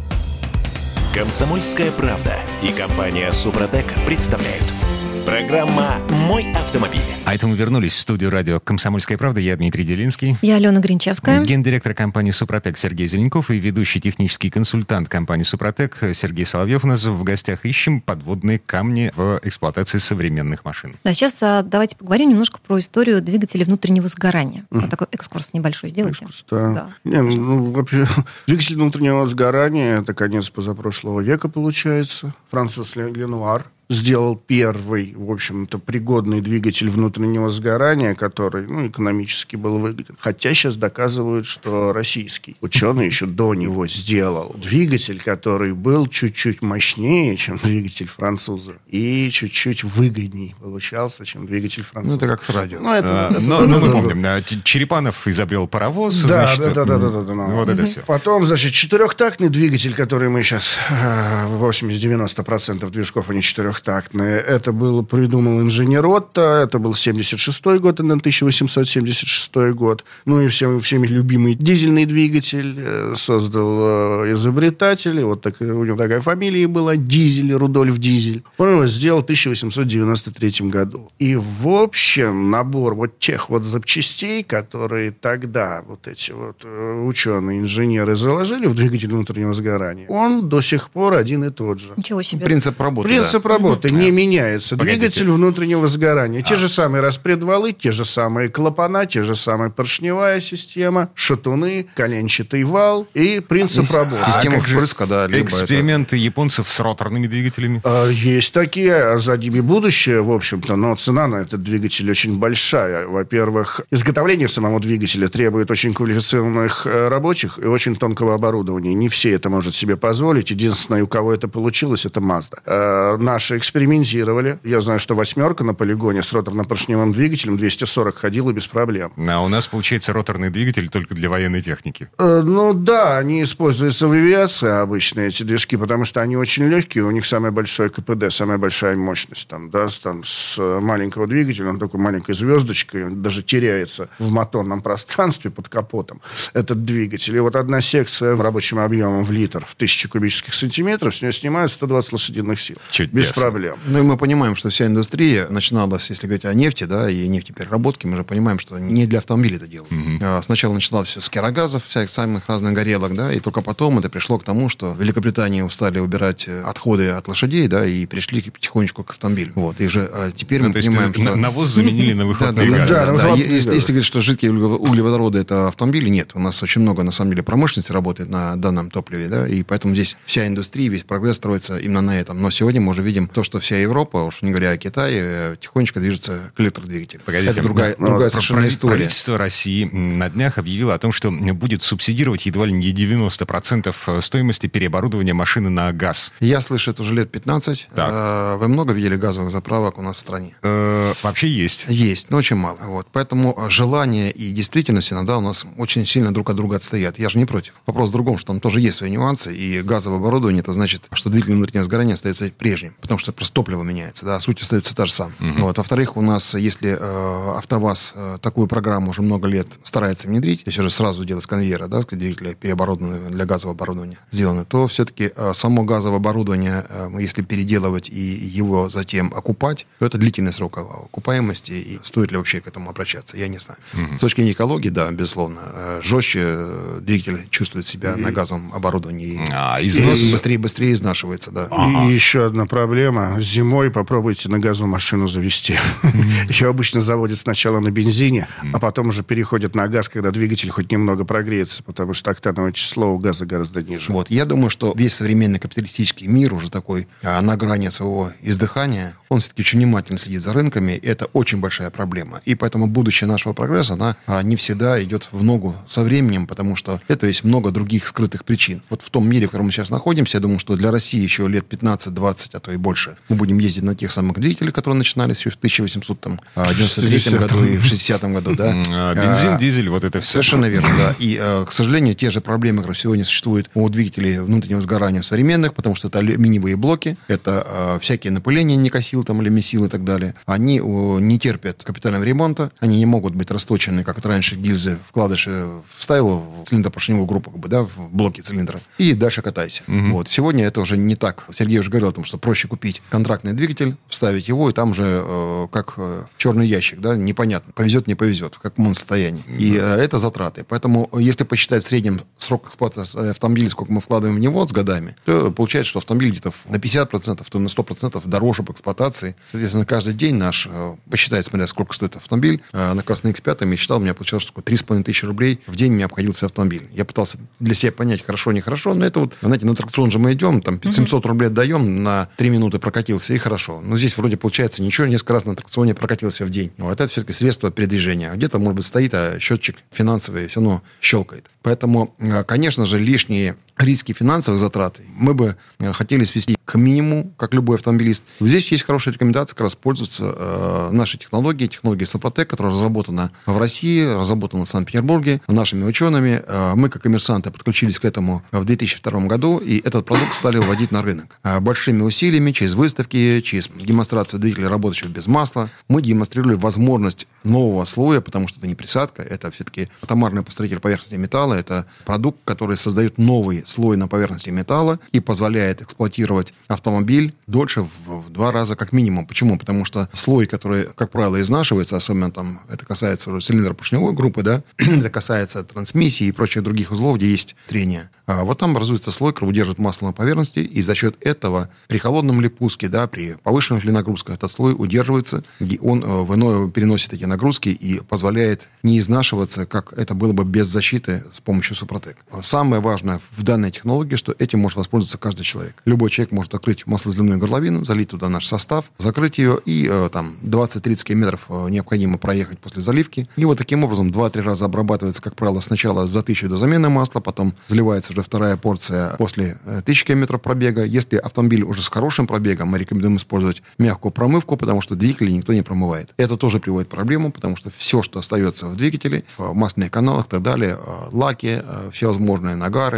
Speaker 1: «Комсомольская правда» и компания «Супротек» представляют. Программа «Мой автомобиль».
Speaker 3: А это мы вернулись в студию радио «Комсомольская правда». Я Дмитрий Делинский.
Speaker 4: Я Алена Гринчевская.
Speaker 3: Гендиректор компании «Супротек» Сергей Зеленков и ведущий технический консультант компании «Супротек» Сергей Соловьев у нас в гостях. Ищем подводные камни в эксплуатации современных машин.
Speaker 4: Да, сейчас а, давайте поговорим немножко про историю двигателей внутреннего сгорания. Mm. Вот такой экскурс небольшой сделайте.
Speaker 5: Экскурс, да. да. Не, ну, вообще, двигатель внутреннего сгорания, это конец позапрошлого века, получается. Француз Ленуар сделал первый, в общем-то, пригодный двигатель внутреннего сгорания, который, ну, экономически был выгоден. Хотя сейчас доказывают, что российский ученый еще до него сделал двигатель, который был чуть-чуть мощнее, чем двигатель француза, и чуть-чуть выгоднее получался, чем двигатель француза.
Speaker 6: Ну, это как с радио.
Speaker 3: Ну, это, а, но, ну, мы помним, Черепанов изобрел паровоз.
Speaker 5: Да,
Speaker 3: значит,
Speaker 5: да, да, да, да, да, да.
Speaker 3: Вот это все.
Speaker 5: Потом, значит, четырехтактный двигатель, который мы сейчас, восемьдесят-девяносто процентов движков, они четырехтактные. Это был, придумал инженер Отто, это был семьдесят шестой год, тысяча восемьсот семьдесят шестой год. Ну и всем, всеми любимый дизельный двигатель создал изобретатель. Вот так, у него такая фамилия была, Дизель, Рудольф Дизель. Он его сделал в тысяча восемьсот девяносто третьем году. И, в общем, набор вот тех вот запчастей, которые тогда вот эти вот ученые, инженеры заложили в двигатель внутреннего сгорания, он до сих пор один и тот же.
Speaker 4: Ничего себе.
Speaker 6: Принцип работы,
Speaker 5: Принцип
Speaker 6: да.
Speaker 5: работы не меняется.
Speaker 3: Погодите.
Speaker 5: Двигатель внутреннего сгорания. Те
Speaker 3: А.
Speaker 5: же самые распредвалы, те же самые клапана, те же самые поршневая система, шатуны, коленчатый вал и принцип
Speaker 6: А,
Speaker 5: работы.
Speaker 6: система
Speaker 3: А как же
Speaker 6: впрыска, да. Либо
Speaker 3: эксперименты японцев с роторными двигателями?
Speaker 5: А, Есть такие, за ними будущее, в общем-то, но цена на этот двигатель очень большая. Во-первых, изготовление самого двигателя требует очень квалифицированных э, рабочих и очень тонкого оборудования. Не все это может себе позволить. Единственное, у кого это получилось, это Mazda. Э, наши экспериментировали. Я знаю, что восьмерка на полигоне с роторно-поршневым двигателем двести сорок ходила без проблем.
Speaker 3: А у нас, получается, роторный двигатель только для военной техники.
Speaker 5: Э, ну да, они используются в авиации обычно, эти движки, потому что они очень легкие, у них самое большое КПД, самая большая мощность. Там, да, с, там, с маленького двигателя, он такой маленькой звездочкой, он даже теряется в моторном пространстве под капотом, этот двигатель. И вот одна секция в рабочем объеме в литр, в тысячу кубических сантиметров, с нее снимают сто двадцать лошадиных сил.
Speaker 3: Чудесно.
Speaker 5: Без проблем.
Speaker 6: Ну, и мы понимаем, что вся индустрия начиналась, если говорить о нефти, да, и нефтепереработке, мы же понимаем, что не для автомобилей это делают. Mm-hmm. Сначала начиналось все с керогазов, всяких самых разных горелок, да, и только потом это пришло к тому, что в Великобритании устали убирать отходы от лошадей, да, и пришли потихонечку к автомобилю. Вот, и же теперь ну, мы понимаем, что...
Speaker 3: навоз заменили на выхлопные газы.
Speaker 6: Да, да, да. Если говорить, что жидкие углеводороды это автомобили, нет. У нас очень много, на самом деле, промышленности работает на данном топливе, да, и поэтому здесь вся индустрия, весь прогресс строится именно на этом. Но сегодня мы уже видим то, что вся Европа, уж не говоря о Китае, тихонечко движется к электродвигателю.
Speaker 3: Погодите,
Speaker 6: это другая,
Speaker 3: но,
Speaker 6: другая
Speaker 3: но
Speaker 6: совершенно история.
Speaker 3: Правительство России на днях объявило о том, что будет субсидировать едва ли не девяносто процентов стоимости переоборудования машины на газ.
Speaker 6: Я слышу это уже лет пятнадцать. Так. Вы много видели газовых заправок у нас в стране?
Speaker 3: Э, вообще есть.
Speaker 6: Есть, но очень мало. Вот. Поэтому желание и действительность иногда у нас очень сильно друг от друга отстоят. Я же не против. Вопрос в другом, что там тоже есть свои нюансы, и газовое оборудование, это значит, что двигатель внутреннего сгорания остается прежним, потому что просто топливо меняется, да, а суть остается та же самая. Uh-huh. Вот. Во-вторых, у нас, если э, АвтоВАЗ э, такую программу уже много лет старается внедрить, то есть уже сразу делать с конвейера, да, двигатели переоборудованные для газового оборудования сделаны, то все-таки э, само газовое оборудование, э, если переделывать и его затем окупать, то это длительный срок окупаемости, и стоит ли вообще к этому обращаться, я не знаю. Uh-huh. С точки зрения экологии, да, безусловно, э, жестче двигатель чувствует себя uh-huh. на газовом оборудовании, а, и износ... быстрее быстрее изнашивается, да.
Speaker 5: Ага. И еще одна проблема. Зимой попробуйте на газу машину завести. Mm-hmm. Ее обычно заводят сначала на бензине, mm-hmm. а потом уже переходят на газ, когда двигатель хоть немного прогреется, потому что октановое число у газа гораздо ниже.
Speaker 6: Вот. Я думаю, что весь современный капиталистический мир уже такой а, на грани своего издыхания, он все-таки очень внимательно следит за рынками. Это очень большая проблема. И поэтому будущее нашего прогресса, она а, не всегда идет в ногу со временем, потому что это есть много других скрытых причин. Вот в том мире, в котором мы сейчас находимся, я думаю, что для России еще лет пятнадцать-двадцать, а то и больше, мы будем ездить на тех самых двигателях, которые начинались еще в тысяча восемьсот девяносто третьем году и в шестидесятом году, да.
Speaker 3: Бензин, дизель, вот это все.
Speaker 6: Совершенно верно, да. И, к сожалению, те же проблемы, которые сегодня существуют у двигателей внутреннего сгорания современных, потому что это алюминиевые блоки, это всякие напыления никосил там, или месил и так далее, они не терпят капитального ремонта, они не могут быть расточены, как раньше гильзы вкладыши вставил в цилиндропоршневую группу, как бы, да, в блоке цилиндра, и дальше катайся. Угу. Вот. Сегодня это уже не так. Сергей уже говорил о том, что проще купить контрактный двигатель, вставить его, и там уже э, как э, черный ящик, да, непонятно, повезет, не повезет, в каком состоянии. Mm-hmm. И э, это затраты. Поэтому, если посчитать в среднем срок эксплуатации автомобиля, сколько мы вкладываем в него с годами, то получается, что автомобиль где-то на пятьдесят процентов, то на сто процентов дороже по эксплуатации. Соответственно, каждый день наш, э, посчитать, смотря сколько стоит автомобиль, э, на Красный икс пять я считал, у меня получалось, что три с половиной тысячи рублей в день мне обходился автомобиль. Я пытался для себя понять, хорошо, нехорошо, но это вот, знаете, на аттракцион же мы идем, там семьсот рублей отдаем, на три минуты прокатился, и хорошо. Но здесь вроде получается ничего, несколько раз на аттракционе прокатился в день. Но это все-таки средство передвижения. А где-то, может быть, стоит, а счетчик финансовый все равно щелкает. Поэтому, конечно же, лишние риски финансовых затрат мы бы хотели свести к минимуму, как любой автомобилист. Здесь есть хорошая рекомендация как раз пользоваться э, нашей технологией, технологией Супротек, которая разработана в России, разработана в Санкт-Петербурге нашими учеными. Э, мы, как коммерсанты, подключились к этому в две тысячи втором году, и этот продукт стали вводить на рынок. Э, большими усилиями, через выставки, через демонстрацию двигателей, работающих без масла, мы демонстрировали возможность нового слоя, потому что это не присадка, это все-таки атомарный построитель поверхности металла, это продукт, который создает новый слой на поверхности металла и позволяет эксплуатировать автомобиль дольше в, в два раза как минимум. Почему? Потому что слой, который, как правило, изнашивается, особенно там это касается цилиндропоршневой группы, да, это касается трансмиссии и прочих других узлов, где есть трение. А вот там образуется слой, который удерживает масло на поверхности, и за счет этого при холодном ли пуске, да, при повышенных ли нагрузках этот слой удерживается, и он в иное переносит эти нагрузки и позволяет не изнашиваться, как это было бы без защиты с помощью Супротек. Самое важное в данной технологии, что этим может воспользоваться каждый человек. Любой человек может открыть маслозаливную горловину, залить туда наш состав, закрыть ее, и э, там двадцать-тридцать километров э, необходимо проехать после заливки. И вот таким образом два-три раза обрабатывается, как правило, сначала за тысячу до замены масла, потом заливается уже вторая порция после э, тысячи километров пробега. Если автомобиль уже с хорошим пробегом, мы рекомендуем использовать мягкую промывку, потому что двигатели никто не промывает. Это тоже приводит к проблемам, потому что все, что остается в двигателе, в масляных каналах и так далее, э, лаки, э, всевозможные нагары, продукты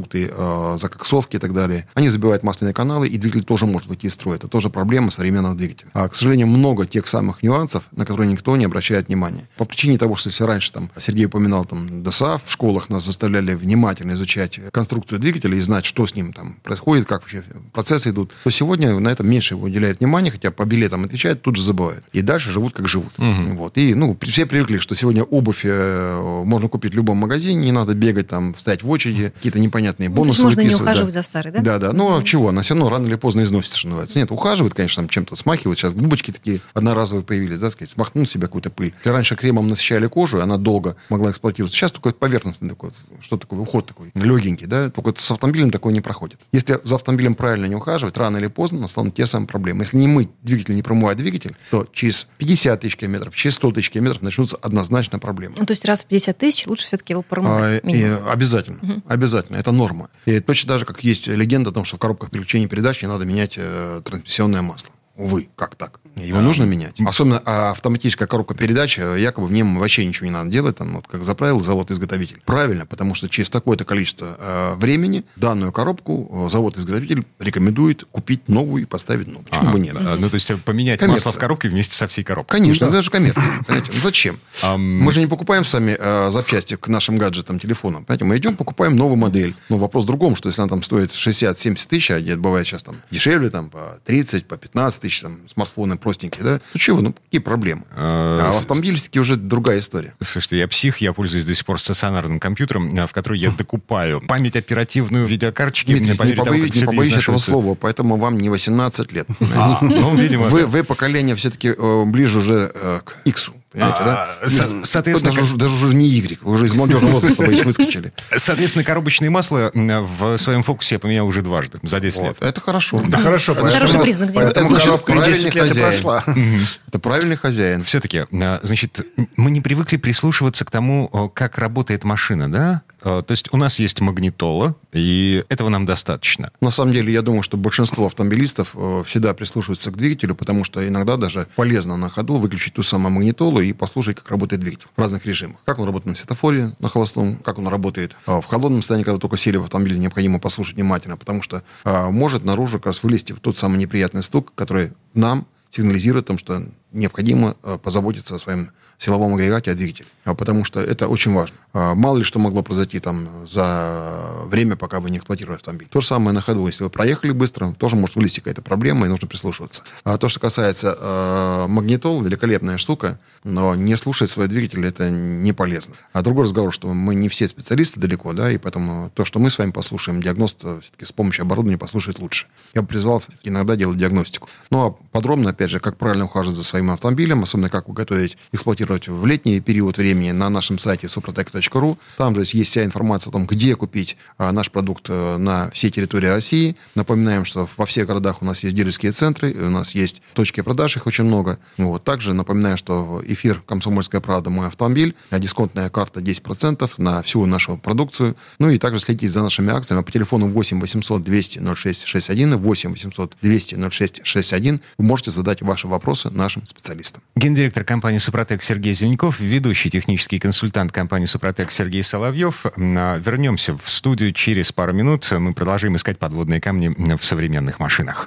Speaker 6: продукты, э, закоксовки и так далее. Они забивают масляные каналы, и двигатель тоже может выйти из строя. Это тоже проблема современного двигателя. А, к сожалению, много тех самых нюансов, на которые никто не обращает внимания. По причине того, что если раньше, там, Сергей упоминал, там, ДОСААФ, в школах нас заставляли внимательно изучать конструкцию двигателя и знать, что с ним там происходит, как вообще процессы идут, то сегодня на это меньше его уделяют внимания, хотя по билетам отвечают, тут же забывают. И дальше живут, как живут. Угу. Вот. И, ну, все привыкли, что сегодня обувь э, можно купить в любом магазине, не надо бегать, там, стоять в очереди, какие-то непонятные бонусы
Speaker 4: ну, можно
Speaker 6: выписывать.
Speaker 4: не ухаживать да. за старой, да?
Speaker 6: Да, да. Ну, а чего? Она все равно рано или поздно износится, что называется. Нет, ухаживает, конечно, там чем-то смахивает. Сейчас губочки такие одноразовые появились, да, сказать, смахнул себе какую-то пыль. Если раньше кремом насыщали кожу, и она долго могла эксплуатироваться. Сейчас такой поверхностный такой, что такое, уход такой, легенький, да. Только с автомобилем такое не проходит. Если за автомобилем правильно не ухаживать, рано или поздно настанут те самые проблемы. Если не мыть двигатель, не промывать двигатель, то через пятьдесят тысяч километров, через сто тысяч километров начнутся однозначно проблемы.
Speaker 4: Ну, то есть раз в пятьдесят тысяч лучше все-таки его промывать.
Speaker 6: А, и обязательно. Угу. Обязательно. Это норма. И точно так же, как есть легенда о том, что в коробках переключения передач не надо менять э, трансмиссионное масло. Увы, как так? Его а, нужно менять. Особенно автоматическая коробка передач, якобы в нем вообще ничего не надо делать, там, вот, как заправил завод-изготовитель. Правильно, потому что через такое-то количество э, времени данную коробку завод-изготовитель рекомендует купить новую и поставить новую. Почему
Speaker 3: а,
Speaker 6: бы нет?
Speaker 3: А, ну, то есть поменять коммерция. Масло в коробке вместе со всей коробкой.
Speaker 6: Конечно,
Speaker 3: ну, да.
Speaker 6: даже коммерция. Ну, зачем? Um... Мы же не покупаем сами э, запчасти к нашим гаджетам, телефонам. Понимаете? Мы идем, покупаем новую модель. Но вопрос в другом, что если она там стоит шестьдесят-семьдесят тысяч, а где-то бывает сейчас там дешевле, там, по тридцать, по пятнадцать тысяч, там, смартфоны простенькие, да? Ну, чего, ну, какие проблемы? А, а в автомобильстве уже другая история.
Speaker 3: Слушайте, я псих, я пользуюсь до сих пор стационарным компьютером, в который я докупаю память оперативную, видеокарточки.
Speaker 6: Дмитрий, не, побоюсь, не побоюсь этого слова, поэтому вам не восемнадцать лет.
Speaker 3: А, ну, видимо,
Speaker 6: вы, вы поколение все-таки э, ближе уже э, к Иксу. Понимаете, а, да? Со- соответственно, даже, как... даже уже не Y, вы уже из молодежного возраста выскочили.
Speaker 3: Соответственно, коробочные масла в своем фокусе я поменял уже дважды за десять вот. лет.
Speaker 6: Это хорошо.
Speaker 5: Да, хорошо.
Speaker 4: Это хороший признак.
Speaker 5: Поэтому коробка десять лет и прошла.
Speaker 6: Это правильный хозяин.
Speaker 3: Все-таки, значит, мы не привыкли прислушиваться к тому, как работает машина, да? То есть у нас есть магнитола, и этого нам достаточно.
Speaker 6: На самом деле, я думаю, что большинство автомобилистов всегда прислушиваются к двигателю, потому что иногда даже полезно на ходу выключить ту самую магнитолу и послушать, как работает двигатель в разных режимах. Как он работает на светофоре, на холостом, как он работает в холодном состоянии, когда только сели в автомобиль, необходимо послушать внимательно, потому что а, может наружу как раз вылезти тот самый неприятный стук, который нам сигнализирует о том, что необходимо а, позаботиться о своем силовом агрегате, о двигателе. А, потому что это очень важно. А, мало ли что могло произойти там за время, пока вы не эксплуатировали автомобиль. То же самое на ходу. Если вы проехали быстро, тоже может вылезти какая-то проблема, и нужно прислушиваться. А то, что касается а, магнитол, великолепная штука, но не слушать свой двигатель, это не полезно. А другой разговор, что мы не все специалисты далеко, да, и поэтому то, что мы с вами послушаем, диагност все-таки с помощью оборудования послушать лучше. Я бы призвал иногда делать диагностику. Ну, а подробно, опять же, как правильно ухаживать за своим автомобилем, особенно как готовить, эксплуатировать в летний период времени на нашем сайте супротек точка ру. Там же есть вся информация о том, где купить а, наш продукт а, на всей территории России. Напоминаем, что во всех городах у нас есть дилерские центры, у нас есть точки продаж, их очень много. Вот. Также напоминаю, что эфир «Комсомольская правда. Мой автомобиль», дисконтная карта десять процентов на всю нашу продукцию. Ну и также следите за нашими акциями по телефону восемь восемьсот двести ноль шесть шестьдесят один, восемь восемьсот двести ноль шесть шестьдесят один. Вы можете задать ваши вопросы нашим специалистам.
Speaker 3: Гендиректор компании «Супротек» Сергей Зеленков, ведущий технический консультант компании «Супротек» Сергей Соловьев. Вернемся в студию через пару минут. Мы продолжим искать подводные камни в современных машинах.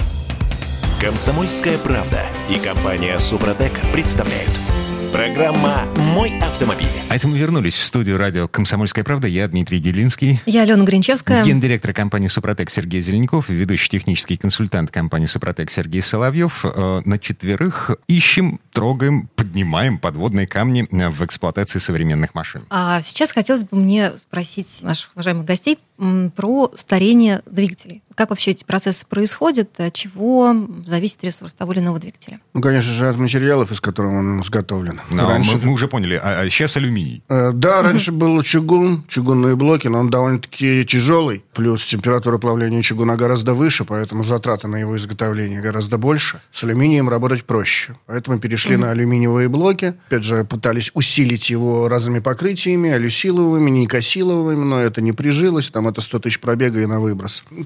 Speaker 1: «Комсомольская правда» и компания «Супротек» представляют. Программа «Мой автомобиль».
Speaker 3: А это мы вернулись в студию радио «Комсомольская правда». Я Дмитрий Делинский.
Speaker 4: Я Алена Гринчевская.
Speaker 3: Гендиректор компании «Супротек» Сергей Зеленков. Ведущий технический консультант компании «Супротек» Сергей Соловьев. На четверых ищем, трогаем, поднимаем подводные камни в эксплуатации современных машин.
Speaker 4: А сейчас хотелось бы мне спросить наших уважаемых гостей про старение двигателей. Как вообще эти процессы происходят? От чего зависит ресурс того или иного двигателя?
Speaker 5: Ну, конечно же, от материалов, из которых он изготовлен.
Speaker 3: Но
Speaker 5: раньше...
Speaker 3: мы, мы уже поняли. А, а сейчас алюминий.
Speaker 5: Э, да, раньше был чугун, чугунные блоки, но он довольно-таки тяжелый. Плюс температура плавления чугуна гораздо выше, поэтому затраты на его изготовление гораздо больше. С алюминием работать проще. Поэтому перешли mm-hmm. на алюминиевые блоки. Опять же, пытались усилить его разными покрытиями, алюсиловыми, никосиловыми, но это не прижилось. Там это сто тысяч пробега и на выброс. Технология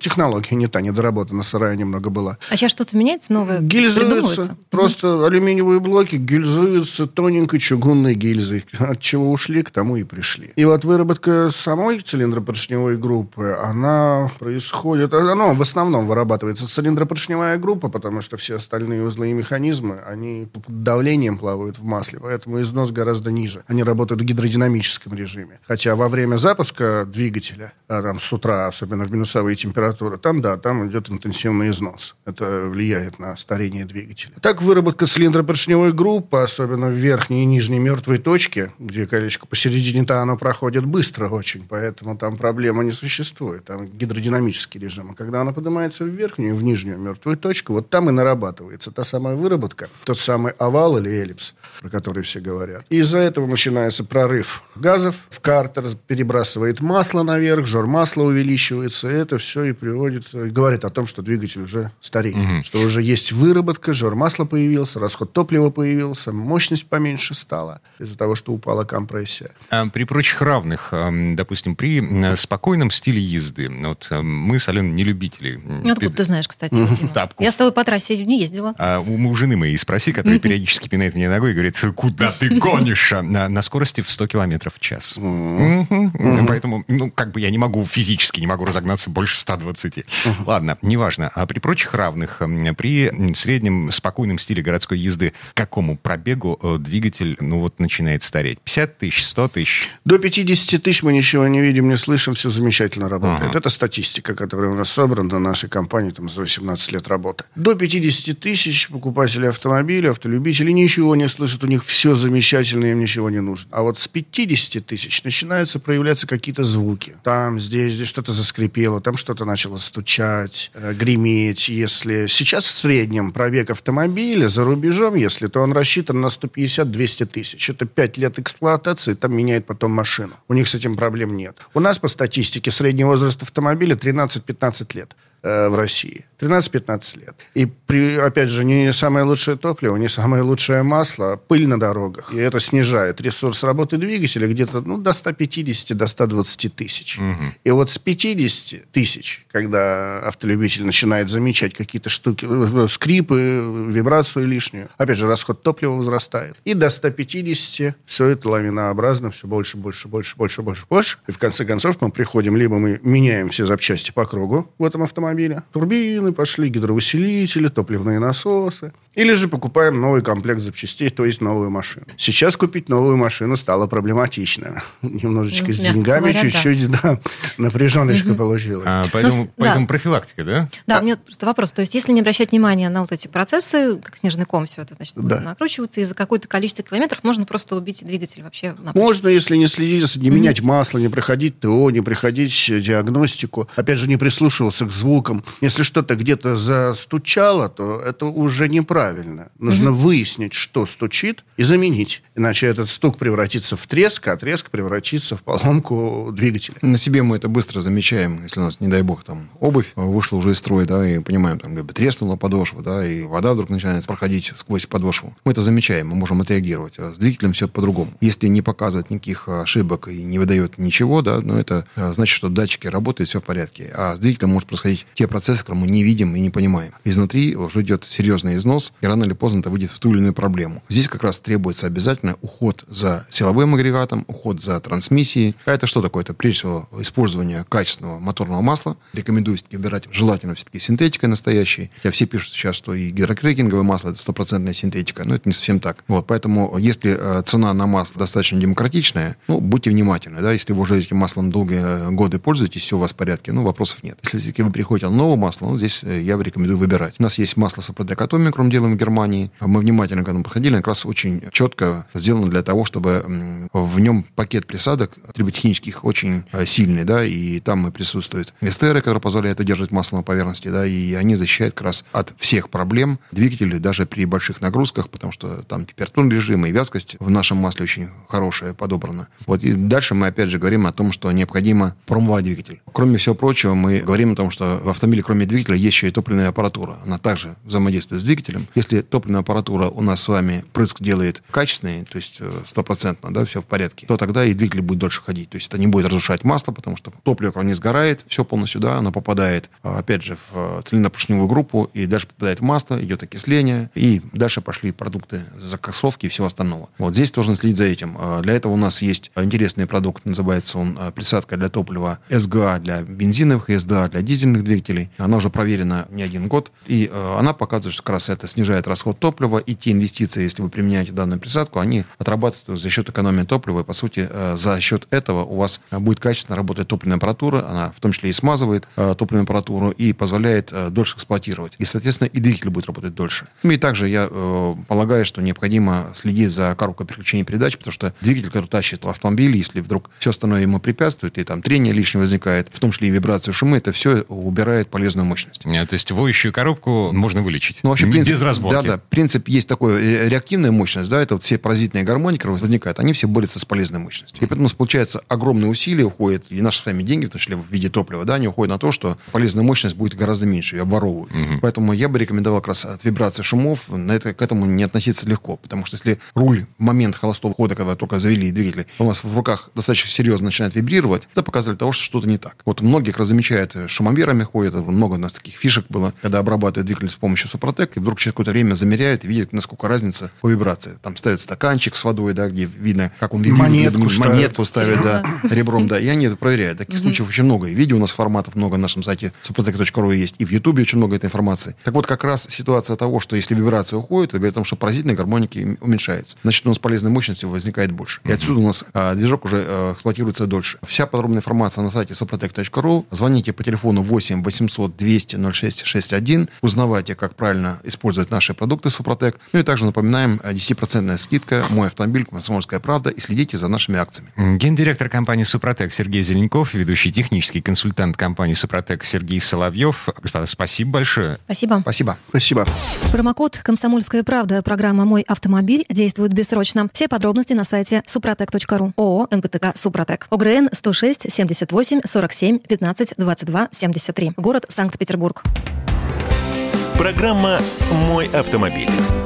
Speaker 5: технология не та, недоработана, сырая немного была.
Speaker 4: А сейчас что-то меняется новое?
Speaker 5: Гильзуются. Просто mm-hmm. алюминиевые блоки гильзуются тоненькой чугунной гильзой. От чего ушли, к тому и пришли. И вот выработка самой цилиндропоршневой группы, она происходит... Оно в основном вырабатывается цилиндропоршневая группа, потому что все остальные узлы и механизмы, они под давлением плавают в масле, поэтому износ гораздо ниже. Они работают в гидродинамическом режиме. Хотя во время запуска двигателя, а там с утра, особенно в минусовые температуры, там, да, там идет интенсивный износ. Это влияет на старение двигателя. Так, выработка цилиндропоршневой группы, особенно в верхней и нижней мертвой точке, где колечко посередине-то оно проходит быстро очень, поэтому там проблема не существует. Там гидродинамический режим. А когда она поднимается в верхнюю и в нижнюю мертвую точку, вот там и нарабатывается та самая выработка, тот самый овал или эллипс, про который все говорят. И из-за этого начинается прорыв газов, в картер перебрасывает масло наверх, жор масла увеличивается, и это все и приводит, говорит о том, что двигатель уже стареет, угу. что уже есть выработка, жор масла появился, расход топлива появился, мощность поменьше стала из-за того, что упала компрессия.
Speaker 3: А при прочих равных, допустим, при спокойном стиле езды, вот мы с Аленой не любители.
Speaker 4: Откуда ты знаешь, кстати? Я с тобой по трассе не ездила.
Speaker 3: А у жены моей спроси, которая периодически пинает меня ногой и говорит, куда ты гонишь? На, на скорости в сто километров в час. Mm-hmm. Mm-hmm. Поэтому, ну, как бы я не могу физически, не могу разогнаться больше ста двадцати. Mm-hmm. Ладно, неважно. А при прочих равных, при среднем спокойном стиле городской езды, к какому пробегу двигатель, ну, вот, начинает стареть? пятьдесят тысяч, сто тысяч?
Speaker 5: До пятидесяти тысяч мы ничего не видим, не слышим, все замечательно работает. Uh-huh. Это статистика, которая у нас собрана на нашей компании там, за восемнадцать лет работы. До пятидесяти тысяч покупатели автомобиля, автолюбители ничего не слышат, у них все замечательно, им ничего не нужно. А вот с пятидесяти тысяч начинаются проявляться какие-то звуки. Там, здесь, здесь что-то заскрипело, там что-то начало стучать, э, греметь. Если сейчас в среднем пробег автомобиля за рубежом, если, то он рассчитан на сто пятьдесят - двести тысяч. Это пять лет эксплуатации, там меняет потом машину. У них с этим проблем нет. У нас по статистике средний возраст автомобиля тринадцать-пятнадцать лет э, в России. тринадцать-пятнадцать лет. И, при, опять же, не самое лучшее топливо, не самое лучшее масло, пыль на дорогах. И это снижает ресурс работы двигателя где-то ну, до ста пятидесяти - до ста двадцати тысяч. Угу. И вот с пятидесяти тысяч, когда автолюбитель начинает замечать какие-то штуки, скрипы, вибрацию лишнюю, опять же, расход топлива возрастает. И до ста пятидесяти все это лавинообразно, все больше, больше, больше, больше, больше, больше. И в конце концов мы приходим, либо мы меняем все запчасти по кругу в этом автомобиле, турбины пошли, гидроусилители, топливные насосы. Или же покупаем новый комплект запчастей, то есть новую машину. Сейчас купить новую машину стало проблематично. Немножечко ну, с деньгами, говоря, чуть-чуть, да, да напряженочка угу. получилась. А,
Speaker 3: поэтому
Speaker 4: ну,
Speaker 3: поэтому
Speaker 4: да.
Speaker 3: профилактика, да?
Speaker 4: Да,
Speaker 3: а...
Speaker 4: у меня просто вопрос. То есть, если не обращать внимания на вот эти процессы, как снежный ком все это, значит, да. накручивается, и за какое-то количество километров можно просто убить двигатель вообще напрочь.
Speaker 5: Можно, если не следить, не угу. менять масло, не проходить ТО, не проходить диагностику, опять же, не прислушиваться к звукам. Если что-то где-то застучало, то это уже неправильно. Нужно mm-hmm. выяснить, что стучит, и заменить. Иначе этот стук превратится в треск, а треск превратится в поломку двигателя.
Speaker 6: На себе мы это быстро замечаем. Если у нас, не дай бог, там обувь вышла уже из строя, да, и понимаем, там либо треснула подошва, да, и вода вдруг начинает проходить сквозь подошву. Мы это замечаем, мы можем отреагировать. А с двигателем все по-другому. Если не показывает никаких ошибок и не выдает ничего, да, ну это значит, что датчики работают, все в порядке. А с двигателем может происходить те процессы, которые мы не видим и не понимаем. Изнутри уже идет серьезный износ, и рано или поздно это выйдет в ту или иную проблему. Здесь как раз требуется обязательно уход за силовым агрегатом, уход за трансмиссией. А это что такое? Это прежде всего использование качественного моторного масла. Рекомендую все-таки выбирать желательно все-таки синтетикой настоящей. Хотя все пишут сейчас, что и гидрокрекинговое масло это стопроцентная синтетика, но это не совсем так. Вот, поэтому если э, цена на масло достаточно демократичная, ну, будьте внимательны. Да? Если вы уже этим маслом долгие годы пользуетесь, все у вас в порядке, ну, вопросов нет. Если все-таки вы приходите на новое масло, ну, здесь я рекомендую выбирать. У нас есть масло Супротек Атомикром, делаем в Германии. Мы внимательно к этому подходили, как раз очень четко сделано для того, чтобы в нем пакет присадок триботехнических очень сильный, да, и там мы присутствуют эстеры, которые позволяют удерживать масло на поверхности, да, и они защищают как раз от всех проблем двигателей даже при больших нагрузках, потому что там температурный режим и вязкость в нашем масле очень хорошая, подобрана. Вот, и дальше мы опять же говорим о том, что необходимо промывать двигатель. Кроме всего прочего, мы говорим о том, что в автомобиле, кроме двигателя, есть еще и топливная аппаратура. Она также взаимодействует с двигателем. Если топливная аппаратура у нас с вами прыск делает качественный, то есть стопроцентно, да, все в порядке, то тогда и двигатель будет дольше ходить. То есть это не будет разрушать масло, потому что топливо не сгорает, все полностью, да, оно попадает, опять же, в цилиндропоршневую группу, и дальше попадает в масло, идет окисление, и дальше пошли продукты закоксовки и всего остального. Вот здесь должен следить за этим. Для этого у нас есть интересный продукт, называется он присадка для топлива эс гэ а для бензиновых и эс дэ а для дизельных двигателей. Она уже проверена не один год, и она показывает, что как раз это снижает расход топлива, и те инвестиции, если вы применяете данную присадку, они отрабатывают за счет экономии топлива, и, по сути, за счет этого у вас будет качественно работать топливная аппаратура, она в том числе и смазывает топливную аппаратуру и позволяет дольше эксплуатировать. И, соответственно, и двигатель будет работать дольше. Ну и также я э, полагаю, что необходимо следить за коробкой переключения передач, потому что двигатель, который тащит автомобиль, если вдруг все остальное ему препятствует, и там трение лишнее возникает, в том числе и вибрации, шумы, это все убирает полезную мощность.
Speaker 3: Нет, то есть воющую коробку можно вылечить.
Speaker 6: Ну, вообще, принцип,
Speaker 3: без разборки.
Speaker 6: Да, да. Принцип есть такой, реактивная мощность, да, это вот все паразитные гормоны, которые возникают, они все борются с полезной мощностью. И поэтому, получается, огромные усилия уходят, и наши с вами деньги, в том числе в виде топлива, да, они уходят на то, что полезная мощность будет гораздо меньше, ее обворовывают. Угу. Поэтому я бы рекомендовал как раз от вибрации шумов на это, к этому не относиться легко, потому что если руль в момент холостого хода, когда только завели двигатель, у нас в руках достаточно серьезно начинает вибрировать, это показатель того, что что-то не так. Вот многих размечают, шумомерами ходят, много у нас таких фишек было, когда обрабатывают двигатель с помощью Супротек, и вдруг через какое-то время замеряют и видят, насколько разница по вибрации. Там ставят стаканчик с водой, да, где видно, как он вибрирует.
Speaker 5: Монетку,
Speaker 6: монетку ставят, да, ребром, да, и они это проверяют. Таких случаев очень много. И видео у нас форматов много на нашем сайте супротек точка ру есть, и в Ютубе очень много этой информации. Так вот, как раз ситуация того, что если вибрация уходит, это говорит о том, что паразитные гармоники уменьшаются. Значит, у нас полезной мощности возникает больше. И отсюда у нас а, движок уже а, эксплуатируется дольше. Вся подробная информация на сайте супротек точка ру. Звоните по телефону восемь восемьсот двести ноль шесть шестьдесят один. Узнавайте, как правильно использовать наши продукты Супротек. Ну и также напоминаем, десять процентов скидка «Мой автомобиль», «Комсомольская правда», и следите за нашими акциями.
Speaker 3: Гендиректор компании «Супротек» Сергей Зеленков, ведущий технический консультант компании «Супротек» Сергей Соловьев. Господа, спасибо большое.
Speaker 4: Спасибо.
Speaker 6: Спасибо.
Speaker 5: Спасибо.
Speaker 4: Промокод «Комсомольская правда» программа «Мой автомобиль» действует бессрочно. Все подробности на сайте супротек точка ру. ООО «эн пэ тэ ка Супротек». ОГРН сто шесть семьдесят восемь сорок семь пятнадцать двадцать два семьдесят три. Город Санкт-Петербург.
Speaker 1: Программа «Мой автомобиль».